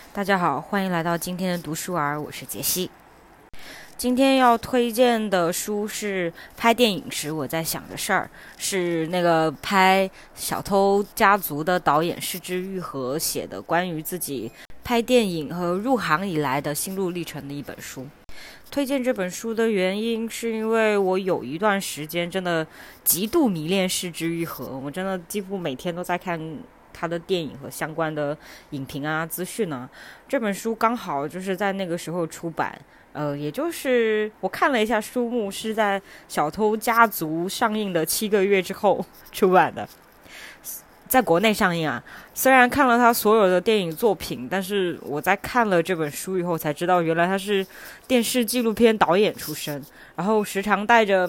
大家好，欢迎来到今天的读书儿，我是杰西。今天要推荐的书是拍电影时我在想的事儿，是那个拍《小偷家族》的导演是枝裕和写的关于自己拍电影和入行以来的心路历程的一本书。推荐这本书的原因是因为我有一段时间真的极度迷恋是枝裕和，我真的几乎每天都在看他的电影和相关的影评啊、资讯啊。这本书刚好就是在那个时候出版，也就是我看了一下书目，是在《小偷家族》上映的7个月之后出版的，在国内上映啊。虽然看了他所有的电影作品，但是我在看了这本书以后才知道，原来他是电视纪录片导演出身，然后时常带着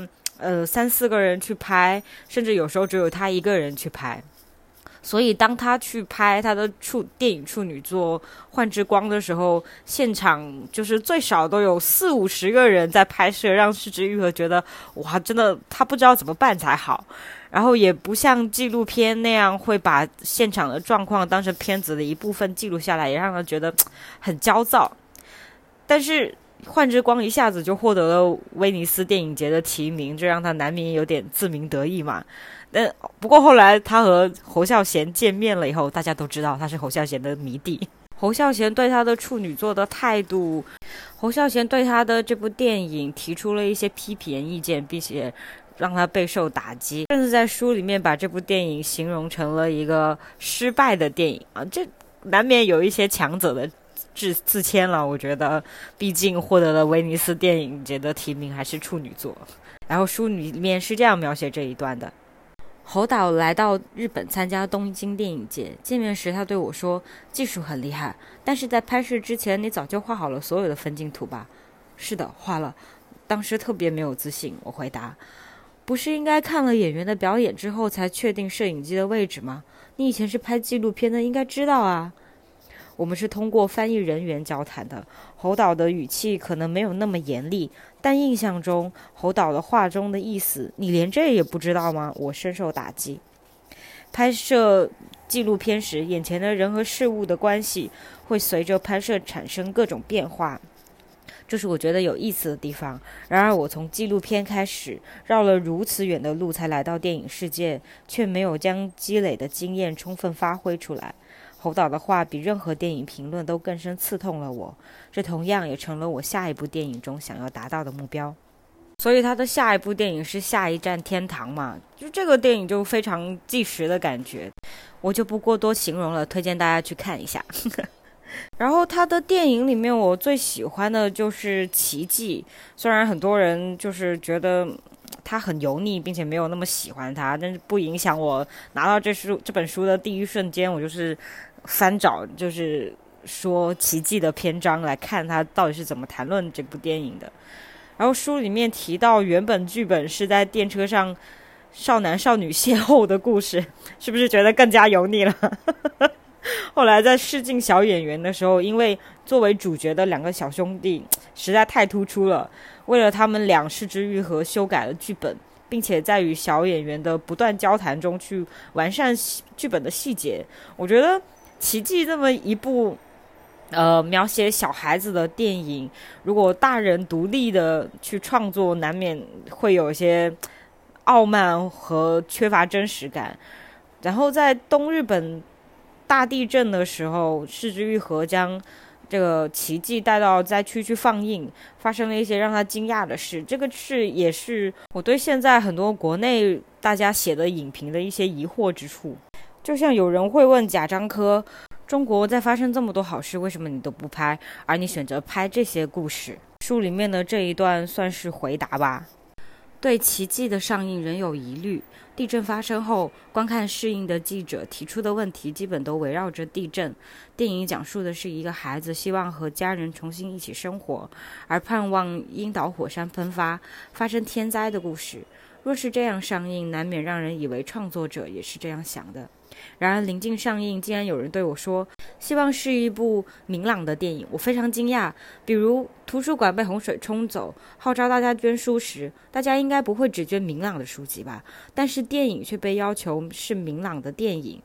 3-4个人去拍，甚至有时候只有他一个人去拍。所以当他去拍他的电影处女作《幻之光》的时候，现场就是最少都有40-50个人在拍摄，让是枝裕和觉得哇，真的他不知道怎么办才好。然后也不像纪录片那样会把现场的状况当成片子的一部分记录下来，也让他觉得很焦躁。但是幻之光一下子就获得了威尼斯电影节的提名，这让他难免有点自鸣得意嘛。不过后来他和侯孝贤见面了以后，大家都知道他是侯孝贤的迷弟。侯孝贤对他的处女作的态度，侯孝贤对他的这部电影提出了一些批评意见，并且让他备受打击，甚至在书里面把这部电影形容成了一个失败的电影啊，这难免有一些强者的自谦了。我觉得毕竟获得了威尼斯电影节的提名，还是处女作。然后书里面是这样描写这一段的：侯导来到日本参加东京电影节，见面时他对我说，技术很厉害，但是在拍摄之前你早就画好了所有的分镜图吧？是的，画了。当时特别没有自信，我回答，不是应该看了演员的表演之后才确定摄影机的位置吗？你以前是拍纪录片的，应该知道啊。我们是通过翻译人员交谈的，侯导的语气可能没有那么严厉，但印象中侯导的话中的意思，你连这也不知道吗？我深受打击。拍摄纪录片时，眼前的人和事物的关系会随着拍摄产生各种变化，这是我觉得有意思的地方。然而我从纪录片开始，绕了如此远的路才来到电影世界，却没有将积累的经验充分发挥出来。侯导的话比任何电影评论都更深刺痛了我，这同样也成了我下一部电影中想要达到的目标。所以他的下一部电影是下一站天堂嘛，就这个电影就非常纪实的感觉，我就不过多形容了，推荐大家去看一下。然后他的电影里面我最喜欢的就是《奇迹》，虽然很多人就是觉得他很油腻，并且没有那么喜欢他，但是不影响我拿到这本书的第一瞬间，我就是翻找就是说《奇迹》的篇章来看他到底是怎么谈论这部电影的。然后书里面提到原本剧本是在电车上少男少女邂逅的故事，是不是觉得更加油腻了？后来在试镜小演员的时候，因为作为主角的2个小兄弟实在太突出了，为了他们俩，是枝裕和修改了剧本，并且在与小演员的不断交谈中去完善剧本的细节。我觉得《奇迹》这么一部描写小孩子的电影，如果大人独立的去创作，难免会有一些傲慢和缺乏真实感。然后在东日本大地震的时候，是枝裕和将这个奇迹带到灾区去放映，发生了一些让他惊讶的事。这个事也是我对现在很多国内大家写的影评的一些疑惑之处。就像有人会问贾樟柯，中国在发生这么多好事，为什么你都不拍，而你选择拍这些故事？书里面的这一段算是回答吧。对奇迹的上映仍有疑虑。地震发生后，观看试映的记者提出的问题基本都围绕着地震。电影讲述的是一个孩子希望和家人重新一起生活，而盼望樱岛火山喷发，发生天灾的故事。若是这样上映，难免让人以为创作者也是这样想的。然而临近上映，竟然有人对我说希望是一部明朗的电影，我非常惊讶。比如图书馆被洪水冲走，号召大家捐书时，大家应该不会只捐明朗的书籍吧？但是电影却被要求是明朗的电影。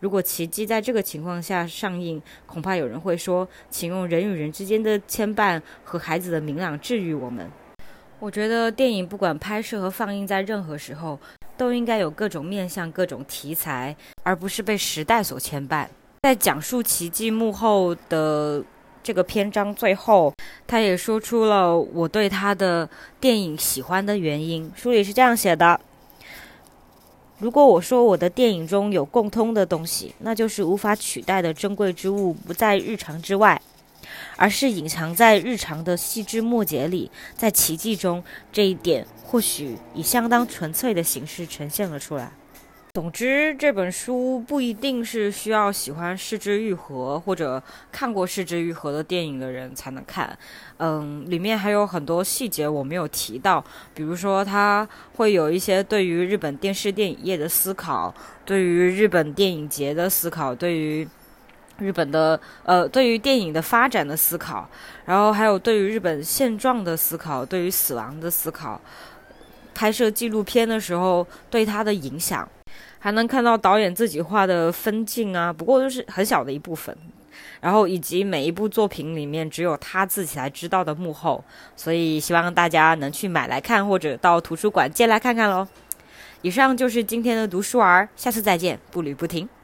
如果奇迹在这个情况下上映，恐怕有人会说，请用人与人之间的牵绊和孩子的明朗治愈我们。我觉得电影不管拍摄和放映在任何时候，都应该有各种面向、各种题材，而不是被时代所牵绊。在讲述奇迹幕后的这个篇章最后，他也说出了我对他的电影喜欢的原因。书里是这样写的：如果我说我的电影中有共通的东西，那就是无法取代的珍贵之物不在日常之外，而是隐藏在日常的细枝末节里，在奇迹中，这一点或许以相当纯粹的形式呈现了出来。总之，这本书不一定是需要喜欢是枝裕和或者看过是枝裕和的电影的人才能看。里面还有很多细节我没有提到，比如说它会有一些对于日本电视电影业的思考，对于日本电影节的思考，对于日本的对于电影的发展的思考，然后还有对于日本现状的思考，对于死亡的思考，拍摄纪录片的时候对它的影响。还能看到导演自己画的分镜啊，不过就是很小的一部分，然后以及每一部作品里面只有他自己才知道的幕后，所以希望大家能去买来看，或者到图书馆借来看看咯。以上就是今天的读书儿，下次再见，步履不停。